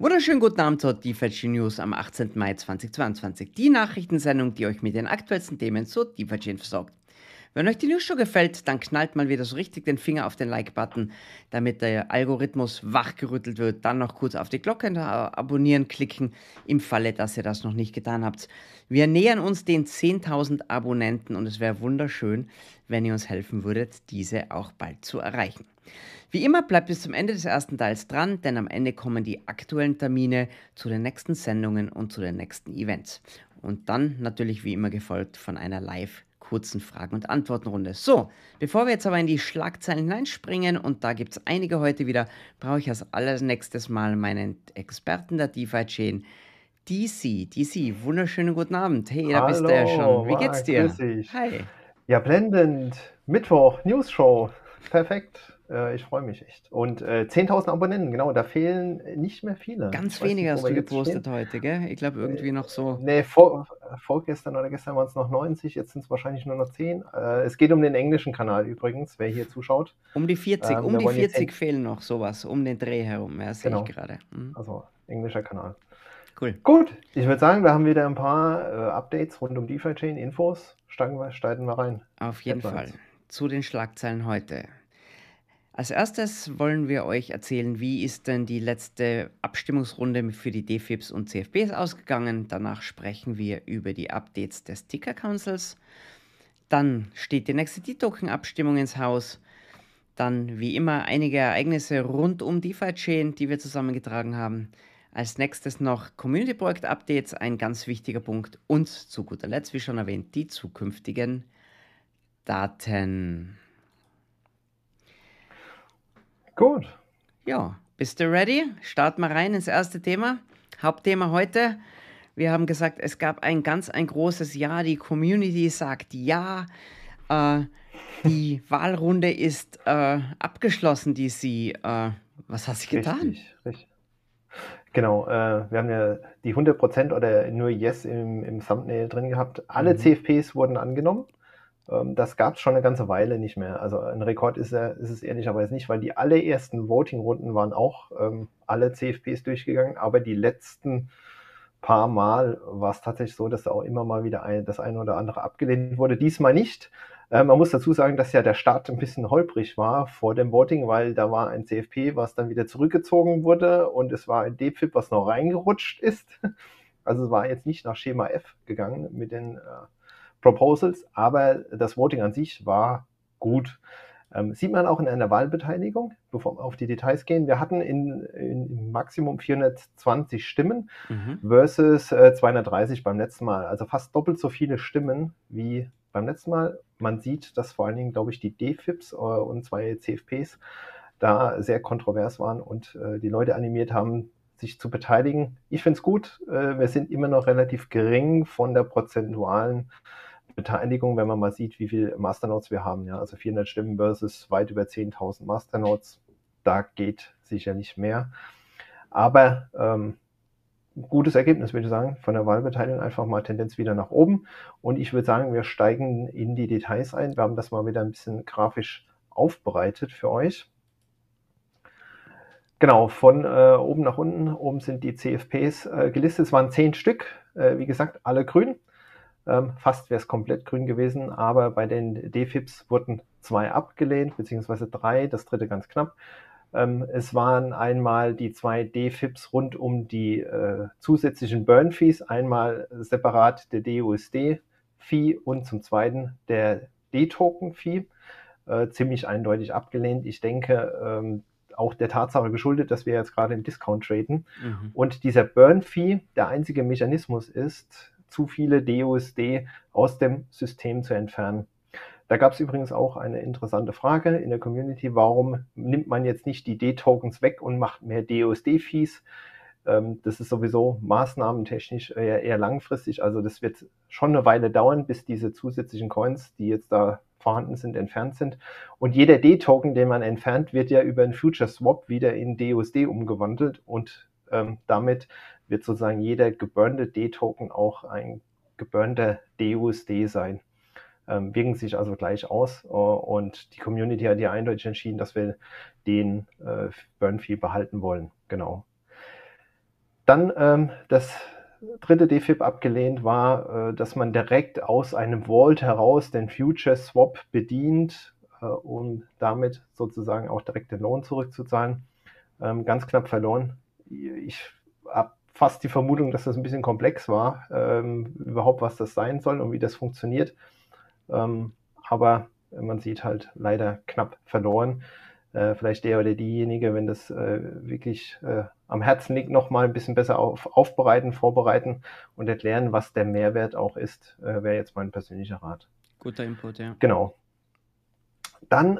Wunderschönen guten Abend zur DeFi News am 18. Mai 2022. Die Nachrichtensendung, die euch mit den aktuellsten Themen zur DeFi versorgt. Wenn euch die News schon gefällt, dann knallt mal wieder so richtig den Finger auf den Like-Button, damit der Algorithmus wachgerüttelt wird. Dann noch kurz auf die Glocke abonnieren klicken, im Falle, dass ihr das noch nicht getan habt. Wir nähern uns den 10.000 Abonnenten und es wäre wunderschön, wenn ihr uns helfen würdet, diese auch bald zu erreichen. Wie immer bleibt bis zum Ende des ersten Teils dran, denn am Ende kommen die aktuellen Termine zu den nächsten Sendungen und zu den nächsten Events. Und dann natürlich wie immer gefolgt von einer live kurzen Fragen- und Antwortenrunde. So, bevor wir jetzt aber in die Schlagzeilen hineinspringen, und da gibt es einige heute wieder, brauche ich als allernächstes mal meinen Experten der DeFi-Chain, DC. DC, wunderschönen guten Abend. Hey, da bist du ja schon. Hallo, Wie geht's Marc, grüß dir? dich. Hi. Ja, blendend. Mittwoch, News-Show. Perfekt. Ich freue mich echt. Und 10.000 Abonnenten, genau, da fehlen nicht mehr viele. Ganz Ich weiß wenige nicht, wo hast wir du jetzt gepostet stehen. heute, gell? Ich glaube Äh, irgendwie noch so Nee, vorgestern oder gestern waren es noch 90, jetzt sind es wahrscheinlich nur noch 10. Es geht um den englischen Kanal übrigens, wer hier zuschaut. um die 40, Wir wollen jetzt 40 fehlen noch, sowas, um den Dreh herum, ja, sehe ich genau, gerade. also englischer Kanal. Cool. Gut, ich würde sagen, wir haben wieder ein paar Updates rund um DeFi-Chain, Infos. Steigen wir rein. Auf jeden Fall. Headlines. Zu den Schlagzeilen heute. Als erstes wollen wir euch erzählen, wie ist denn die letzte Abstimmungsrunde für die DFIPs und CFPs ausgegangen. Danach sprechen wir über die Updates des Ticker Councils. Dann steht die nächste D-Token-Abstimmung ins Haus. Dann wie immer einige Ereignisse rund um DeFi-Chain, die wir zusammengetragen haben. Als nächstes noch Community-Projekt-Updates, ein ganz wichtiger Punkt. Und zu guter Letzt, wie schon erwähnt, die zukünftigen Daten. Gut. Ja, bist du ready? Starten wir rein ins erste Thema. Hauptthema heute. Wir haben gesagt, es gab ein großes Ja. Die Community sagt Ja. Die Wahlrunde ist abgeschlossen, die sie. Was hast du getan? Richtig. Genau, wir haben ja die 100% oder nur Yes im Thumbnail drin gehabt. Alle CFPs wurden angenommen. Das gab es schon eine ganze Weile nicht mehr. Also ein Rekord ist es ehrlicherweise nicht, weil die allerersten Voting-Runden waren auch alle CFPs durchgegangen, aber die letzten paar Mal war es tatsächlich so, dass da auch immer mal wieder das eine oder andere abgelehnt wurde. Diesmal nicht. Man muss dazu sagen, dass ja der Start ein bisschen holprig war vor dem Voting, weil da war ein CFP, was dann wieder zurückgezogen wurde, und es war ein DFIP, was noch reingerutscht ist. Also es war jetzt nicht nach Schema F gegangen mit den Proposals, aber das Voting an sich war gut. Sieht man auch in einer Wahlbeteiligung, bevor wir auf die Details gehen. Wir hatten im Maximum 420 Stimmen versus 230 beim letzten Mal. Also fast doppelt so viele Stimmen wie beim letzten Mal. Man sieht, dass vor allen Dingen, glaube ich, die DFIPs und zwei CFPs da sehr kontrovers waren und die Leute animiert haben, sich zu beteiligen. Ich finde es gut. Wir sind immer noch relativ gering von der prozentualen Beteiligung, wenn man mal sieht, wie viele Masternodes wir haben. Ja? Also 400 Stimmen versus weit über 10.000 Masternodes. Da geht sicherlich mehr. Aber gutes Ergebnis, würde ich sagen, von der Wahlbeteiligung, einfach mal Tendenz wieder nach oben. Und ich würde sagen, wir steigen in die Details ein. Wir haben das mal wieder ein bisschen grafisch aufbereitet für euch. Genau, von oben nach unten. Oben sind die CFPs gelistet. Es waren 10 Stück. Wie gesagt, alle grün. Fast wäre es komplett grün gewesen, aber bei den DFIPs wurden 2 abgelehnt, beziehungsweise 3, das dritte ganz knapp. Es waren einmal die 2 DFIPs rund um die zusätzlichen Burn-Fees, einmal separat der DUSD-Fee und zum zweiten der D-Token-Fee. Ziemlich eindeutig abgelehnt. Ich denke, auch der Tatsache geschuldet, dass wir jetzt gerade im Discount traden. Und dieser Burn-Fee der einzige Mechanismus ist, zu viele DUSD aus dem System zu entfernen. Da gab es übrigens auch eine interessante Frage in der Community, warum nimmt man jetzt nicht die D-Tokens weg und macht mehr DUSD-Fees? Das ist sowieso maßnahmentechnisch eher langfristig, also das wird schon eine Weile dauern, bis diese zusätzlichen Coins, die jetzt da vorhanden sind, entfernt sind. Und jeder D-Token, den man entfernt, wird ja über einen Future Swap wieder in DUSD umgewandelt und damit wird sozusagen jeder geburnte D-Token auch ein geburnter DUSD sein. Wirken sich also gleich aus und die Community hat ja eindeutig entschieden, dass wir den Burn-Fee behalten wollen. Genau. Dann das dritte DFIP abgelehnt war, dass man direkt aus einem Vault heraus den Future Swap bedient, um damit sozusagen auch direkt den Lohn zurückzuzahlen. Ganz knapp verloren. Ich habe fast die Vermutung, dass das ein bisschen komplex war, überhaupt was das sein soll und wie das funktioniert. Aber man sieht halt leider knapp verloren. Vielleicht der oder diejenige, wenn das wirklich am Herzen liegt, noch mal ein bisschen besser aufbereiten, vorbereiten und erklären, was der Mehrwert auch ist, wäre jetzt mein persönlicher Rat. Guter Input, ja. Genau. Dann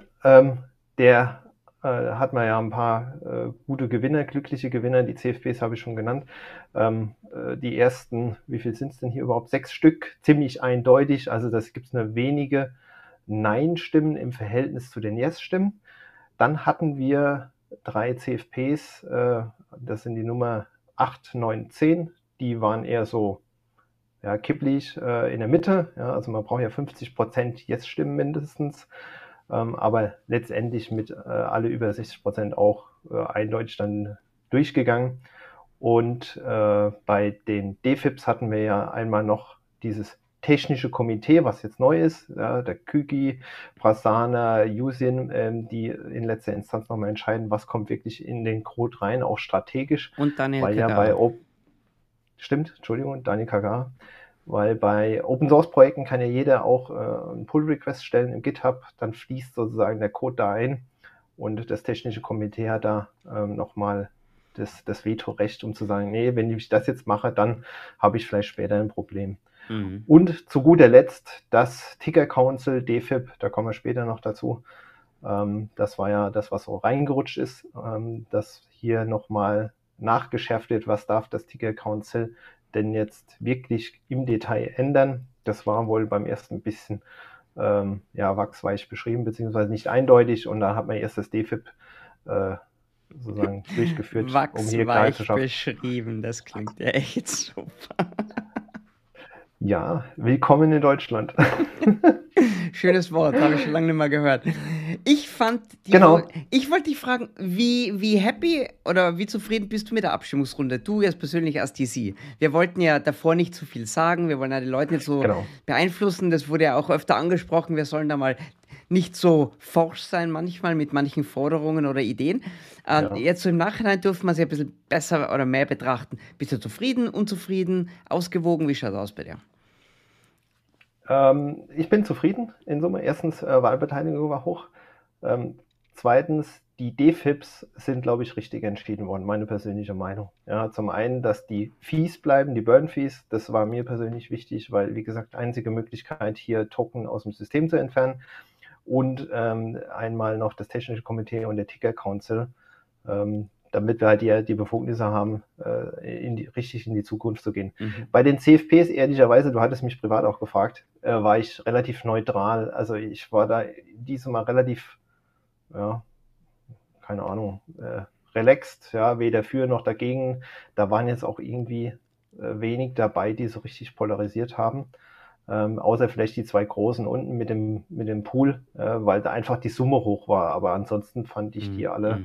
hat man ja ein paar gute Gewinner, glückliche Gewinner, die CFPs habe ich schon genannt. Die ersten, wie viel sind es denn hier überhaupt? 6 Stück, ziemlich eindeutig. Also das gibt es nur wenige Nein-Stimmen im Verhältnis zu den Yes-Stimmen. Dann hatten wir 3 CFPs, das sind die Nummer 8, 9, 10. Die waren eher so kipplig in der Mitte. Ja, also man braucht ja 50% Yes-Stimmen mindestens. Aber letztendlich mit alle über 60% auch eindeutig dann durchgegangen. Und bei den DFIPs hatten wir ja einmal noch dieses technische Komitee, was jetzt neu ist, der Kygi, Prasanna, Yusin, die in letzter Instanz nochmal entscheiden, was kommt wirklich in den Code rein, auch strategisch. Und Daniel weil Kagar. Ja Daniel Kagar. Weil bei Open-Source-Projekten kann ja jeder auch einen Pull-Request stellen im GitHub, dann fließt sozusagen der Code da ein und das technische Komitee hat da nochmal das Vetorecht, um zu sagen, nee, wenn ich das jetzt mache, dann habe ich vielleicht später ein Problem. Mhm. Und zu guter Letzt das Ticker Council, DFIP, da kommen wir später noch dazu. Das war ja das, was so reingerutscht ist, dass hier nochmal nachgeschärft wird, was darf das Ticker Council denn jetzt wirklich im Detail ändern. Das war wohl beim ersten bisschen wachsweich beschrieben, beziehungsweise nicht eindeutig. Und da hat man erst das DFIP sozusagen durchgeführt, um hier klar zu schaffen. Beschrieben, das klingt ja echt super. Ja, willkommen in Deutschland. Schönes Wort, habe ich schon lange nicht mehr gehört. Ich wollte dich fragen, wie happy oder wie zufrieden bist du mit der Abstimmungsrunde? Du jetzt persönlich als DC. Wir wollten ja davor nicht zu viel sagen, wir wollen ja die Leute nicht so beeinflussen, das wurde ja auch öfter angesprochen, wir sollen da mal nicht so forsch sein manchmal mit manchen Forderungen oder Ideen. Jetzt so im Nachhinein dürfen wir sie ein bisschen besser oder mehr betrachten. Bist du zufrieden, unzufrieden, ausgewogen? Wie schaut es aus bei dir? Ich bin zufrieden in Summe. Erstens, Wahlbeteiligung war hoch. Zweitens, die DFIPs sind, glaube ich, richtig entschieden worden, meine persönliche Meinung. Ja, zum einen, dass die Fees bleiben, die Burn-Fees, das war mir persönlich wichtig, weil, wie gesagt, einzige Möglichkeit, hier Token aus dem System zu entfernen. Und einmal noch das technische Komitee und der Ticker Council, damit wir halt die Befugnisse haben, richtig in die Zukunft zu gehen. Mhm. Bei den CFPs, ehrlicherweise, du hattest mich privat auch gefragt, war ich relativ neutral. Also ich war da diesmal relativ, keine Ahnung, relaxed, weder für noch dagegen. Da waren jetzt auch irgendwie wenig dabei, die so richtig polarisiert haben. Außer vielleicht die 2 großen unten mit dem Pool, weil da einfach die Summe hoch war. Aber ansonsten fand ich die alle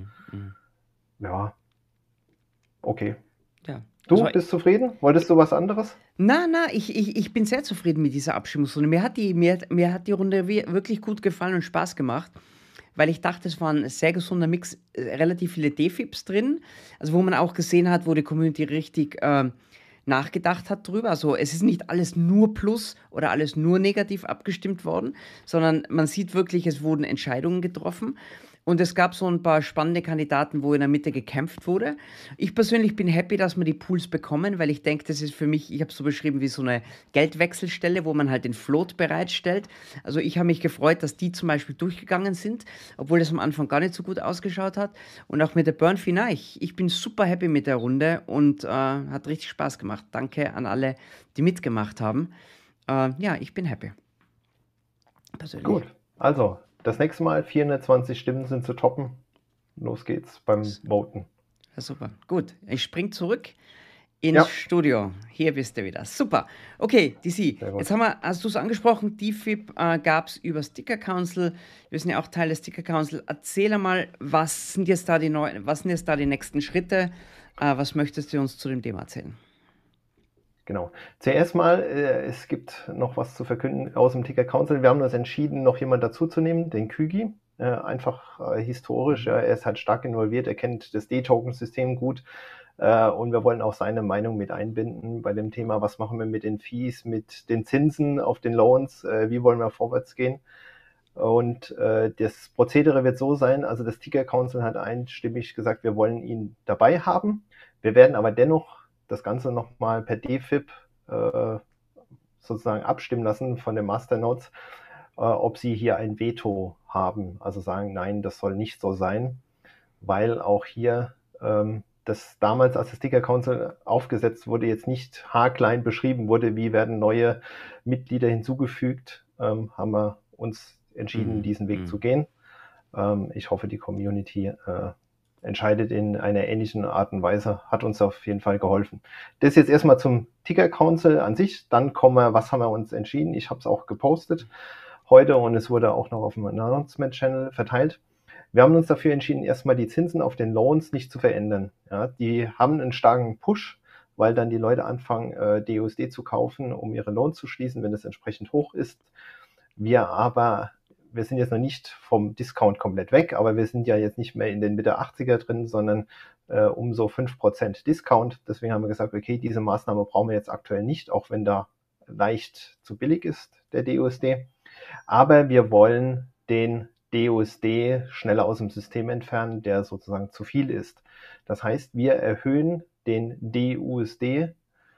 okay. Ja. Du bist zufrieden? Wolltest du was anderes? Na, ich bin sehr zufrieden mit dieser Abstimmungsrunde. Mir hat die Runde wirklich gut gefallen und Spaß gemacht, weil ich dachte, es war ein sehr gesunder Mix, relativ viele DFIPs drin, also wo man auch gesehen hat, wo die Community richtig nachgedacht hat drüber. Also es ist nicht alles nur Plus oder alles nur negativ abgestimmt worden, sondern man sieht wirklich, es wurden Entscheidungen getroffen. Und es gab so ein paar spannende Kandidaten, wo in der Mitte gekämpft wurde. Ich persönlich bin happy, dass wir die Pools bekommen, weil ich denke, das ist für mich, ich habe es so beschrieben, wie so eine Geldwechselstelle, wo man halt den Float bereitstellt. Also ich habe mich gefreut, dass die zum Beispiel durchgegangen sind, obwohl das am Anfang gar nicht so gut ausgeschaut hat. Und auch mit der Burn-Fee, ich bin super happy mit der Runde und hat richtig Spaß gemacht. Danke an alle, die mitgemacht haben. Ich bin happy. Persönlich. Gut, also das nächste Mal 420 Stimmen sind zu toppen. Los geht's beim Voten. Ja, super. Gut, ich spring zurück ins Studio. Hier bist du wieder. Super. Okay, DC, jetzt hast du es angesprochen, DFIP gab es über Sticker Council. Wir sind ja auch Teil des Sticker Council. Erzähl mal, was sind jetzt da die nächsten Schritte? Was möchtest du uns zu dem Thema erzählen? Genau. Zuerst mal, es gibt noch was zu verkünden aus dem Ticker Council. Wir haben uns entschieden, noch jemand dazuzunehmen, den Kügi. Einfach historisch, er ist halt stark involviert, er kennt das D-Token-System gut und wir wollen auch seine Meinung mit einbinden bei dem Thema, was machen wir mit den Fees, mit den Zinsen auf den Loans, wie wollen wir vorwärts gehen. Und das Prozedere wird so sein, also das Ticker Council hat einstimmig gesagt, wir wollen ihn dabei haben. Wir werden aber dennoch das Ganze nochmal per DFIP sozusagen abstimmen lassen von den Masternodes, ob sie hier ein Veto haben. Also sagen, nein, das soll nicht so sein, weil auch hier das damals, als das Ticker Council aufgesetzt wurde, jetzt nicht haarklein beschrieben wurde, wie werden neue Mitglieder hinzugefügt, haben wir uns entschieden, diesen Weg zu gehen. Ich hoffe, die Community entscheidet in einer ähnlichen Art und Weise, hat uns auf jeden Fall geholfen. Das jetzt erstmal zum Ticker Council an sich, dann kommen wir, was haben wir uns entschieden? Ich habe es auch gepostet heute und es wurde auch noch auf dem Announcement-Channel verteilt. Wir haben uns dafür entschieden, erstmal die Zinsen auf den Loans nicht zu verändern. Ja, die haben einen starken Push, weil dann die Leute anfangen, DUSD zu kaufen, um ihre Loans zu schließen, wenn es entsprechend hoch ist. Wir sind jetzt noch nicht vom Discount komplett weg, aber wir sind ja jetzt nicht mehr in den Mitte 80er drin, sondern um so 5% Discount. Deswegen haben wir gesagt, okay, diese Maßnahme brauchen wir jetzt aktuell nicht, auch wenn da leicht zu billig ist, der DUSD. Aber wir wollen den DUSD schneller aus dem System entfernen, der sozusagen zu viel ist. Das heißt, wir erhöhen den DUSD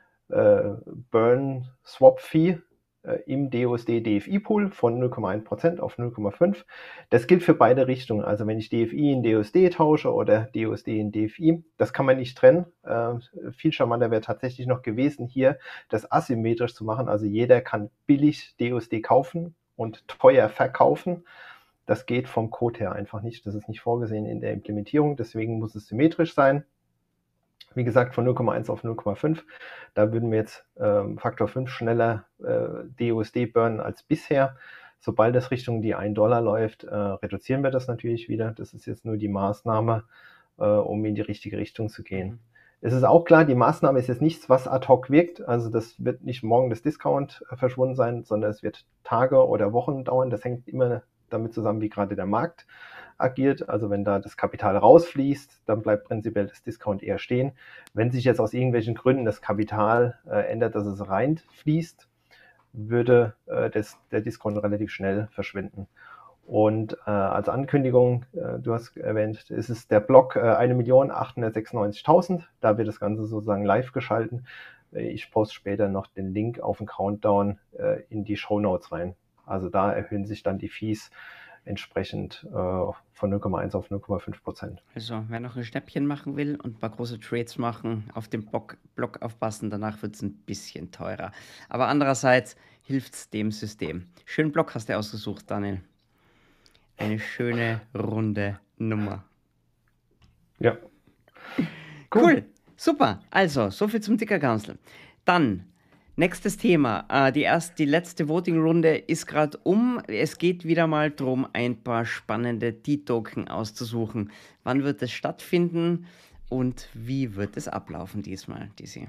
Burn Swap Fee im DUSD DFI Pool von 0,1% auf 0,5%. Das gilt für beide Richtungen. Also wenn ich DFI in DUSD tausche oder DUSD in DFI, das kann man nicht trennen. Viel charmanter wäre tatsächlich noch gewesen, hier das asymmetrisch zu machen. Also jeder kann billig DUSD kaufen und teuer verkaufen. Das geht vom Code her einfach nicht. Das ist nicht vorgesehen in der Implementierung. Deswegen muss es symmetrisch sein. Wie gesagt, von 0,1 auf 0,5. Da würden wir jetzt Faktor 5 schneller DUSD burnen als bisher. Sobald es Richtung die $1 läuft, reduzieren wir das natürlich wieder. Das ist jetzt nur die Maßnahme, um in die richtige Richtung zu gehen. Es ist auch klar, die Maßnahme ist jetzt nichts, was ad hoc wirkt. Also das wird nicht morgen das Discount verschwunden sein, sondern es wird Tage oder Wochen dauern. Das hängt immer damit zusammen, wie gerade der Markt agiert. Also wenn da das Kapital rausfließt, dann bleibt prinzipiell das Discount eher stehen. Wenn sich jetzt aus irgendwelchen Gründen das Kapital ändert, dass es reinfließt, würde der Discount relativ schnell verschwinden. Und als Ankündigung, du hast erwähnt, ist es der Block 1.896.000. Da wird das Ganze sozusagen live geschalten. Ich poste später noch den Link auf den Countdown in die Shownotes rein. Also da erhöhen sich dann die Fees entsprechend von 0,1 auf 0,5%. Also wer noch ein Schnäppchen machen will und ein paar große Trades machen, auf den Block aufpassen, danach wird es ein bisschen teurer. Aber andererseits hilft es dem System. Schönen Block hast du ausgesucht, Daniel. Eine schöne, runde Nummer. Ja. Cool, super. Also, soviel zum Ticker Council. Dann, nächstes Thema. Die letzte Voting-Runde ist gerade um. Es geht wieder mal darum, ein paar spannende T-Token auszusuchen. Wann wird es stattfinden und wie wird es ablaufen diesmal, Dizzy?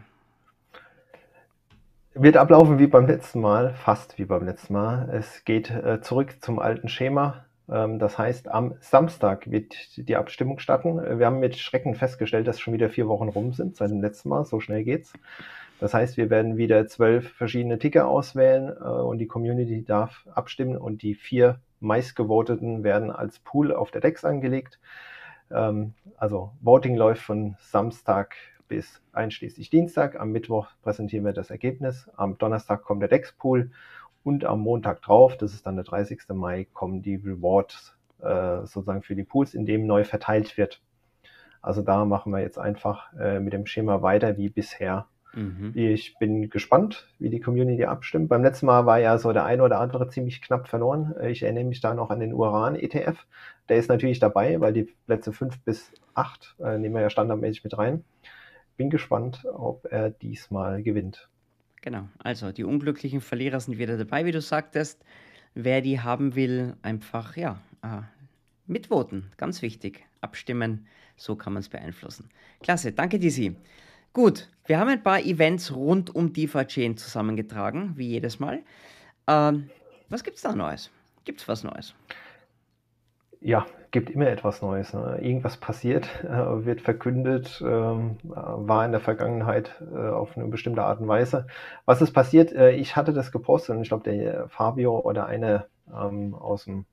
Wird ablaufen wie beim letzten Mal, fast wie beim letzten Mal. Es geht zurück zum alten Schema. Das heißt, am Samstag wird die Abstimmung starten. Wir haben mit Schrecken festgestellt, dass schon wieder 4 Wochen rum sind seit dem letzten Mal. So schnell geht's. Das heißt, wir werden wieder 12 verschiedene Ticker auswählen und die Community darf abstimmen und die 4 meistgevoteten werden als Pool auf der DEX angelegt. Also Voting läuft von Samstag bis einschließlich Dienstag. Am Mittwoch präsentieren wir das Ergebnis. Am Donnerstag kommt der DEX-Pool und am Montag drauf, das ist dann der 30. Mai, kommen die Rewards sozusagen für die Pools, in dem neu verteilt wird. Also da machen wir jetzt einfach mit dem Schema weiter wie bisher. Ich bin gespannt, wie die Community abstimmt. Beim letzten Mal war ja so der eine oder andere ziemlich knapp verloren. Ich erinnere mich da noch an den Uran-ETF. Der ist natürlich dabei, weil die Plätze 5 bis 8 nehmen wir ja standardmäßig mit rein. Bin gespannt, ob er diesmal gewinnt. Genau, also die unglücklichen Verlierer sind wieder dabei, wie du sagtest. Wer die haben will, einfach mitvoten, ganz wichtig. Abstimmen, So kann man es beeinflussen. Klasse, danke Dizzy. Gut, wir haben ein paar Events rund um DeFi-Chain zusammengetragen, wie jedes Mal. Was gibt es da Neues? Gibt es was Neues? Ja, gibt immer etwas Neues. Ne? Irgendwas passiert, wird verkündet, war in der Vergangenheit auf eine bestimmte Art und Weise. Was ist passiert? Ich hatte das gepostet und ich glaube, der Fabio oder einer aus dem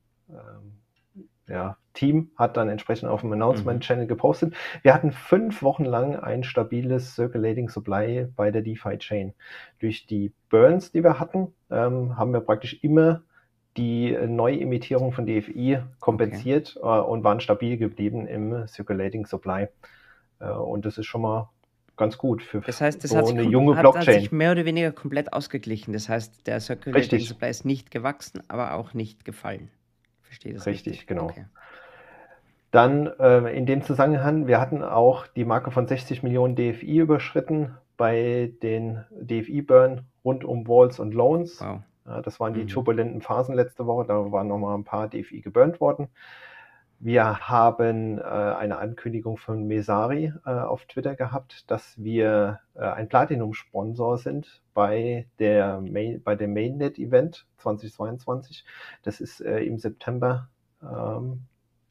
Team hat dann entsprechend auf dem Announcement-Channel gepostet. Wir hatten 5 Wochen lang ein stabiles Circulating Supply bei der DeFi-Chain. Durch die Burns, die wir hatten, haben wir praktisch immer die Neuemittierung von DFI kompensiert und waren stabil geblieben im Circulating Supply. Und das ist schon mal ganz gut für das heißt, das so eine junge Blockchain. Hat sich mehr oder weniger komplett ausgeglichen. Das heißt, der Circulating Supply ist nicht gewachsen, aber auch nicht gefallen. Verstehe das richtig? Genau. Okay. Dann in dem Zusammenhang, wir hatten auch die Marke von 60 Millionen DFI überschritten bei den DFI-Burn rund um Walls und Loans. Wow. Das waren die turbulenten Phasen letzte Woche, da waren nochmal ein paar DFI geburnt worden. Wir haben eine Ankündigung von Messari auf Twitter gehabt, dass wir ein Platinum-Sponsor sind bei dem Mainnet-Event 2022. Das ist im September, haben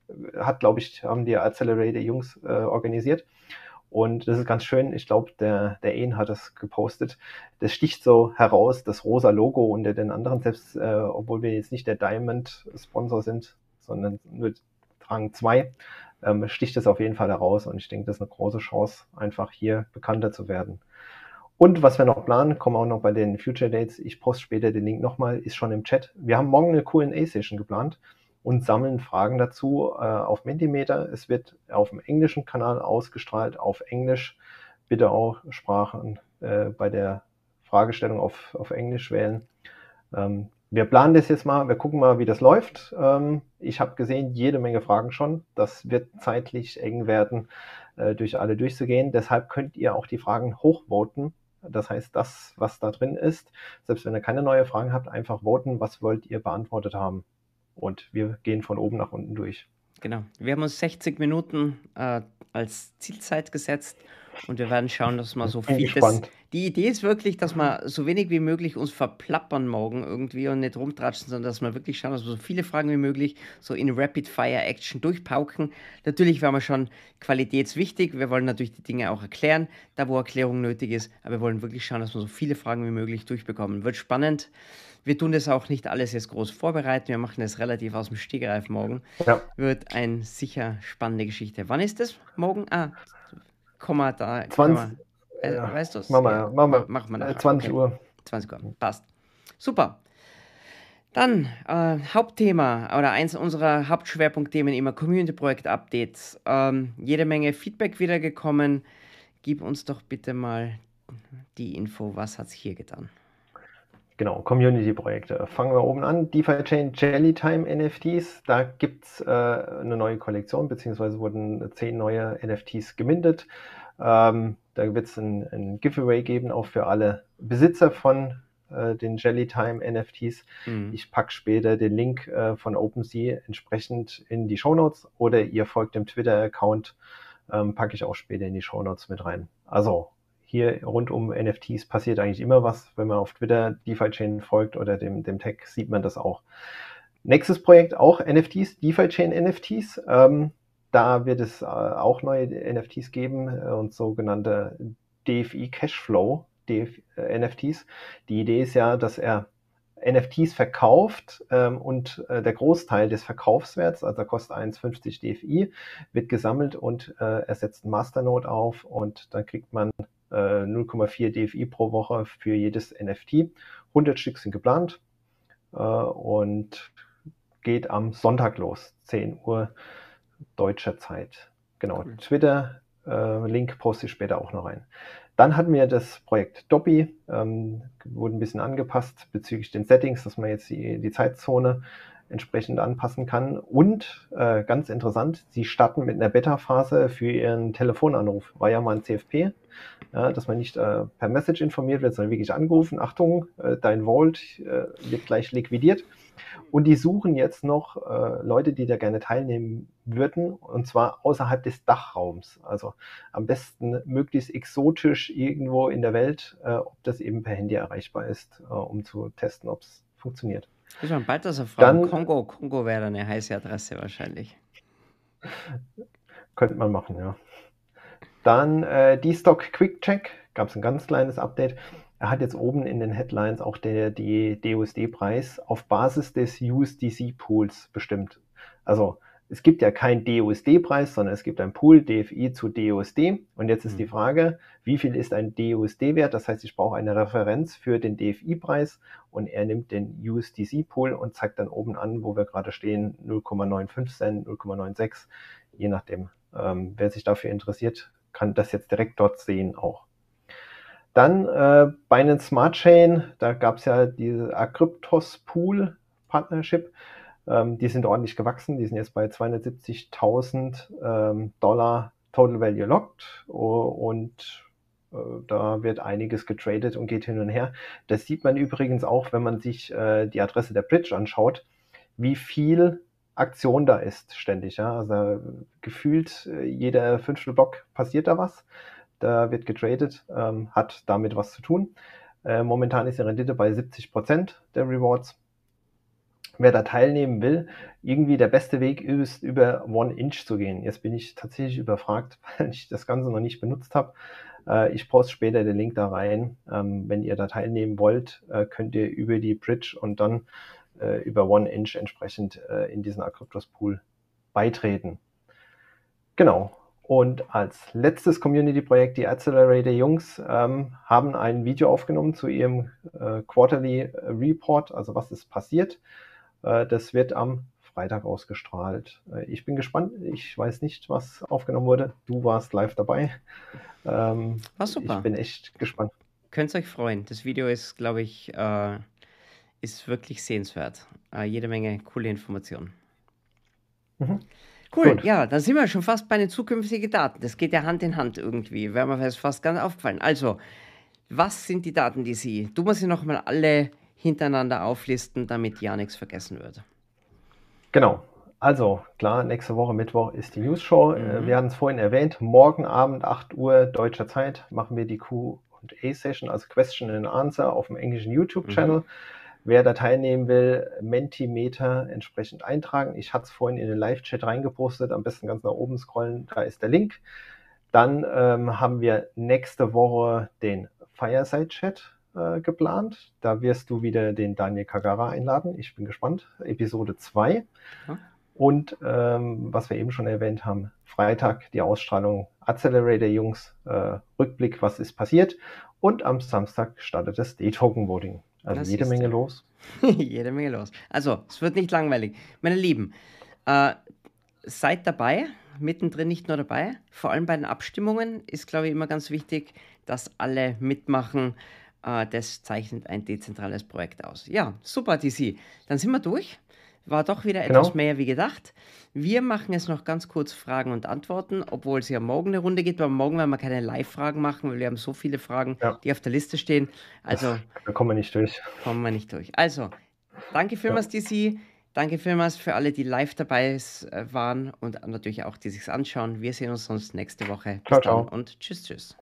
die Accelerator-Jungs organisiert. Und das ist ganz schön, ich glaube, der Ian hat das gepostet. Das sticht so heraus, das rosa Logo unter den anderen, selbst obwohl wir jetzt nicht der Diamond-Sponsor sind, sondern nur Rang 2, sticht es auf jeden Fall heraus. Und ich denke, das ist eine große Chance, einfach hier bekannter zu werden. Und was wir noch planen, kommen auch noch bei den Future Dates, ich poste später den Link nochmal, ist schon im Chat. Wir haben morgen eine Q&A-Session geplant und sammeln Fragen dazu auf Mentimeter. Es wird auf dem englischen Kanal ausgestrahlt, auf Englisch. Bitte auch Sprachen bei der Fragestellung auf Englisch wählen. Wir planen das jetzt mal, wir gucken mal, wie das läuft. Ich habe gesehen, jede Menge Fragen schon. Das wird zeitlich eng werden, durch alle durchzugehen. Deshalb könnt ihr auch die Fragen hochvoten. Das heißt, das, was da drin ist, selbst wenn ihr keine neuen Fragen habt, einfach voten, was wollt ihr beantwortet haben. Und wir gehen von oben nach unten durch. Genau. Wir haben uns 60 Minuten als Zielzeit gesetzt und wir werden schauen, dass wir so viel... Die Idee ist wirklich, dass wir so wenig wie möglich uns verplappern morgen irgendwie und nicht rumtratschen, sondern dass wir wirklich schauen, dass wir so viele Fragen wie möglich so in Rapid-Fire-Action durchpauken. Natürlich wären wir schon qualitätswichtig. Wir wollen natürlich die Dinge auch erklären, da wo Erklärung nötig ist. Aber wir wollen wirklich schauen, dass wir so viele Fragen wie möglich durchbekommen. Wird spannend. Wir tun das auch nicht alles jetzt groß vorbereiten. Wir machen das relativ aus dem Stegreif morgen. Ja. Wird eine sicher spannende Geschichte. Wann ist das morgen? Komma da. 20. Weißt du es? Machen wir nachher. 20 Uhr. 20 Uhr, passt. Super. Dann Hauptthema oder eins unserer Hauptschwerpunktthemen immer Community-Projekt-Updates. Jede Menge Feedback wiedergekommen. Gib uns doch bitte mal die Info, was hat sich hier getan? Genau, Community-Projekte. Fangen wir oben an. DeFi-Chain Jellytime NFTs. Da gibt es eine neue Kollektion, beziehungsweise wurden 10 neue NFTs gemintet. Da wird es ein Giveaway geben, auch für alle Besitzer von den Jellytime NFTs. Ich packe später den Link von OpenSea entsprechend in die Shownotes oder ihr folgt dem Twitter-Account, packe ich auch später in die Shownotes mit rein. Also hier rund um NFTs passiert eigentlich immer was. Wenn man auf Twitter DeFi-Chain folgt oder dem Tag, sieht man das auch. Nächstes Projekt auch NFTs, DeFi-Chain NFTs. Da wird es auch neue NFTs geben und sogenannte DFI Cashflow NFTs. Die Idee ist ja, dass er NFTs verkauft und der Großteil des Verkaufswerts, also kostet 1,50 DFI, wird gesammelt und er setzt ein Masternode auf und dann kriegt man 0,4 DFI pro Woche für jedes NFT. 100 Stück sind geplant und geht am Sonntag los, 10 Uhr deutscher Zeit. Genau, cool. Twitter, Link poste ich später auch noch rein. Dann hatten wir das Projekt Dopy, wurde ein bisschen angepasst bezüglich den Settings, dass man jetzt die Zeitzone entsprechend anpassen kann. Und ganz interessant, sie starten mit einer Beta-Phase für ihren Telefonanruf. War ja mal ein CFP, ja, dass man nicht per Message informiert wird, sondern wirklich angerufen. Achtung, dein Vault wird gleich liquidiert. Und die suchen jetzt noch Leute, die da gerne teilnehmen würden, und zwar außerhalb des Dachraums. Also am besten möglichst exotisch irgendwo in der Welt, ob das eben per Handy erreichbar ist, um zu testen, ob es funktioniert. Muss man bald das erfahren. Kongo wäre eine heiße Adresse wahrscheinlich. Könnte man machen, ja. Dann D-Stock Quick Check, gab es ein ganz kleines Update. Er hat jetzt oben in den Headlines auch die DUSD-Preis auf Basis des USDC-Pools bestimmt. Also es gibt ja keinen DUSD-Preis, sondern es gibt einen Pool DFI zu DUSD. Und jetzt ist die Frage, wie viel ist ein DUSD-Wert? Das heißt, ich brauche eine Referenz für den DFI-Preis und er nimmt den USDC-Pool und zeigt dann oben an, wo wir gerade stehen, 0,95 Cent, 0,96, je nachdem. Wer sich dafür interessiert, kann das jetzt direkt dort sehen auch. Dann Binance Smart Chain, da gab es ja diese Acryptos Pool Partnership. Die sind ordentlich gewachsen, die sind jetzt bei 270.000 Dollar Total Value Locked und da wird einiges getradet und geht hin und her. Das sieht man übrigens auch, wenn man sich die Adresse der Bridge anschaut, wie viel Aktion da ist ständig. Ja? Also gefühlt jeder 5. Block passiert da was. Da wird getradet, hat damit was zu tun. Momentan ist die Rendite bei 70% der Rewards. Wer da teilnehmen will, irgendwie der beste Weg ist, über OneInch zu gehen. Jetzt bin ich tatsächlich überfragt, weil ich das Ganze noch nicht benutzt habe. Ich poste später den Link da rein. Wenn ihr da teilnehmen wollt, könnt ihr über die Bridge und dann über OneInch entsprechend in diesen Acryptos Pool beitreten. Genau. Und als letztes Community-Projekt, die Accelerator Jungs, haben ein Video aufgenommen zu ihrem Quarterly Report, also was ist passiert. Das wird am Freitag ausgestrahlt. Ich bin gespannt. Ich weiß nicht, was aufgenommen wurde. Du warst live dabei. War super. Ich bin echt gespannt. Könnt ihr euch freuen. Das Video ist, glaube ich, ist wirklich sehenswert. Jede Menge coole Informationen. Mhm. Cool, gut. Ja, dann sind wir schon fast bei den zukünftigen Daten. Das geht ja Hand in Hand irgendwie. Wäre mir fast ganz aufgefallen. Also, was sind die Daten, die Sie? Du musst sie nochmal alle hintereinander auflisten, damit ja nichts vergessen wird. Genau. Also, klar, nächste Woche Mittwoch ist die News-Show. Wir hatten es vorhin erwähnt. Morgen Abend, 8 Uhr deutscher Zeit, machen wir die Q&A-Session, also Question and Answer auf dem englischen YouTube-Channel. Wer da teilnehmen will, Mentimeter entsprechend eintragen. Ich hatte es vorhin in den Live-Chat reingepostet. Am besten ganz nach oben scrollen, da ist der Link. Dann haben wir nächste Woche den Fireside-Chat geplant. Da wirst du wieder den Daniel Kagara einladen. Ich bin gespannt. Episode 2. Und was wir eben schon erwähnt haben, Freitag die Ausstrahlung Accelerator Jungs, Rückblick, was ist passiert. Und am Samstag startet das D-Token-Voting. Also jede Menge los. Jede Menge los. Also, es wird nicht langweilig. Meine Lieben, seid dabei, mittendrin nicht nur dabei. Vor allem bei den Abstimmungen ist, glaube ich, immer ganz wichtig, dass alle mitmachen. Das zeichnet ein dezentrales Projekt aus. Ja, super, DC. Dann sind wir durch. War doch wieder etwas mehr wie gedacht. Wir machen jetzt noch ganz kurz Fragen und Antworten, obwohl es ja morgen eine Runde geht, aber morgen werden wir keine Live-Fragen machen, weil wir haben so viele Fragen, die auf der Liste stehen. Also, da kommen wir nicht durch. Also, danke vielmals, DC. Danke vielmals für alle, die live dabei waren und natürlich auch, die sich anschauen. Wir sehen uns sonst nächste Woche. Bis dann und tschüss.